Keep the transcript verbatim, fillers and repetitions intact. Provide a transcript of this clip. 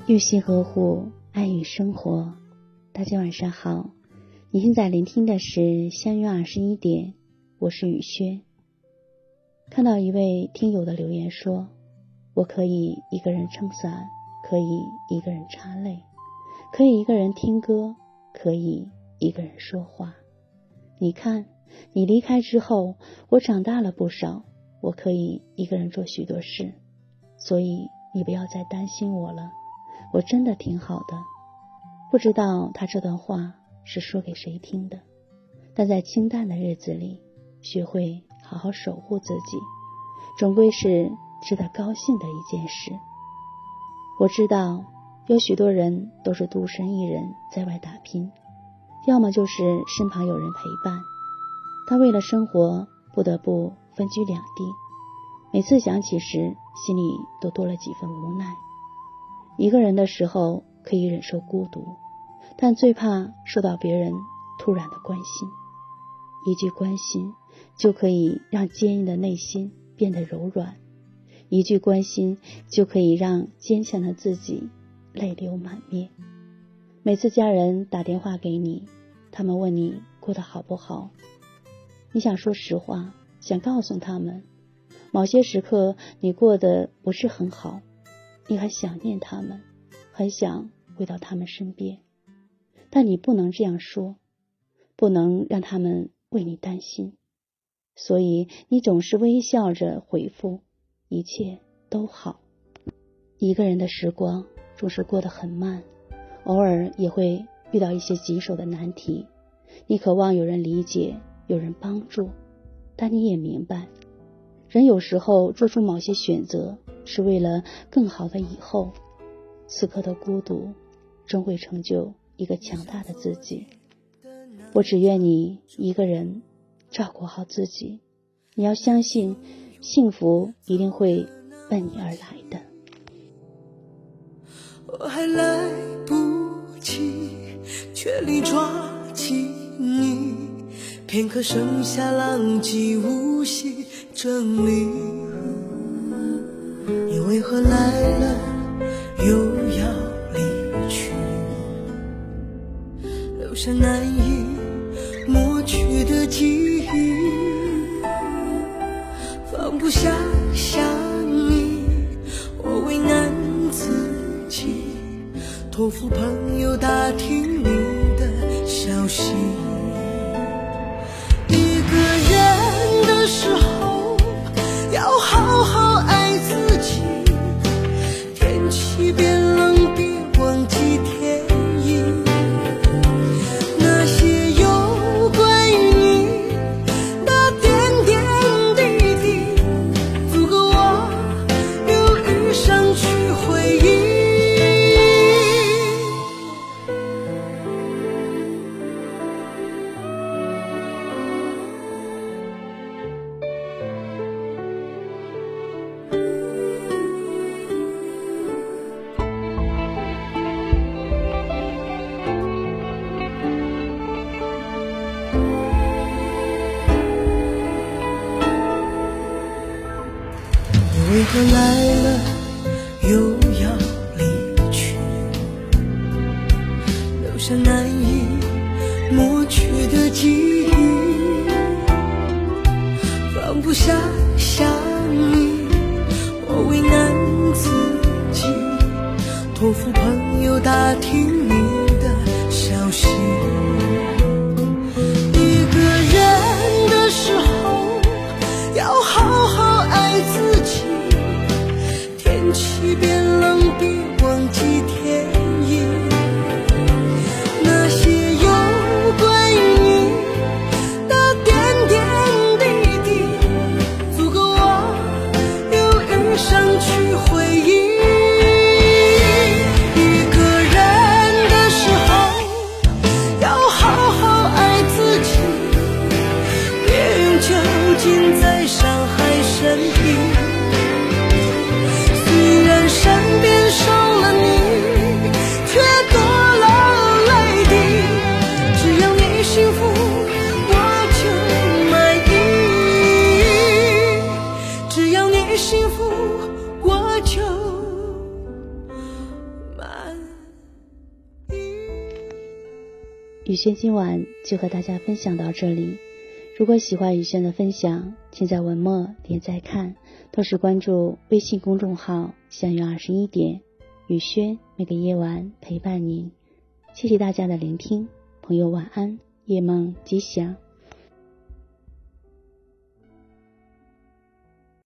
用心呵护，爱与生活。大家晚上好，你现在聆听的是相约二十一点，我是雨轩。看到一位听友的留言说，我可以一个人撑伞，可以一个人擦泪，可以一个人听歌，可以一个人说话。你看，你离开之后，我长大了不少，我可以一个人做许多事，所以你不要再担心我了，我真的挺好的。不知道他这段话是说给谁听的，但在清淡的日子里，学会好好守护自己，总归是值得高兴的一件事。我知道有许多人都是独身一人在外打拼，要么就是身旁有人陪伴，他为了生活不得不分居两地，每次想起时心里都多了几分无奈。一个人的时候可以忍受孤独，但最怕受到别人突然的关心。一句关心就可以让坚硬的内心变得柔软，一句关心就可以让坚强的自己泪流满面。每次家人打电话给你，他们问你过得好不好，你想说实话，想告诉他们某些时刻你过得不是很好，你很想念他们，很想回到他们身边，但你不能这样说，不能让他们为你担心，所以你总是微笑着回复一切都好。一个人的时光总是过得很慢，偶尔也会遇到一些棘手的难题，你渴望有人理解，有人帮助，但你也明白，人有时候做出某些选择是为了更好的以后，此刻的孤独终会成就一个强大的自己。我只愿你一个人照顾好自己，你要相信幸福一定会奔你而来的。 我还来不及全力抓紧你，片刻剩下浪迹无息证明，你为何来了又要离去，留下难以抹去的记忆，放不下想你，我为难自己，托付朋友打听你的消息。一个人的时候要好好爱自己，天气变冷别忘记天意，那些有关于你的点点滴滴，足够我留余生去回忆。为何来了又要离去，留下难以抹去的记忆，放不下想你，我为难自己，托付朋友打听你的消息。一个人的时候要好好爱自己，天气变冷别忘记天意，那些有关于你的点点滴滴，足够我留余生去回忆。一个人雨轩今晚就和大家分享到这里。如果喜欢雨轩的分享，请在文末点再看，同时关注微信公众号相约二十一点，雨轩每个夜晚陪伴您。谢谢大家的聆听，朋友晚安，夜梦吉祥。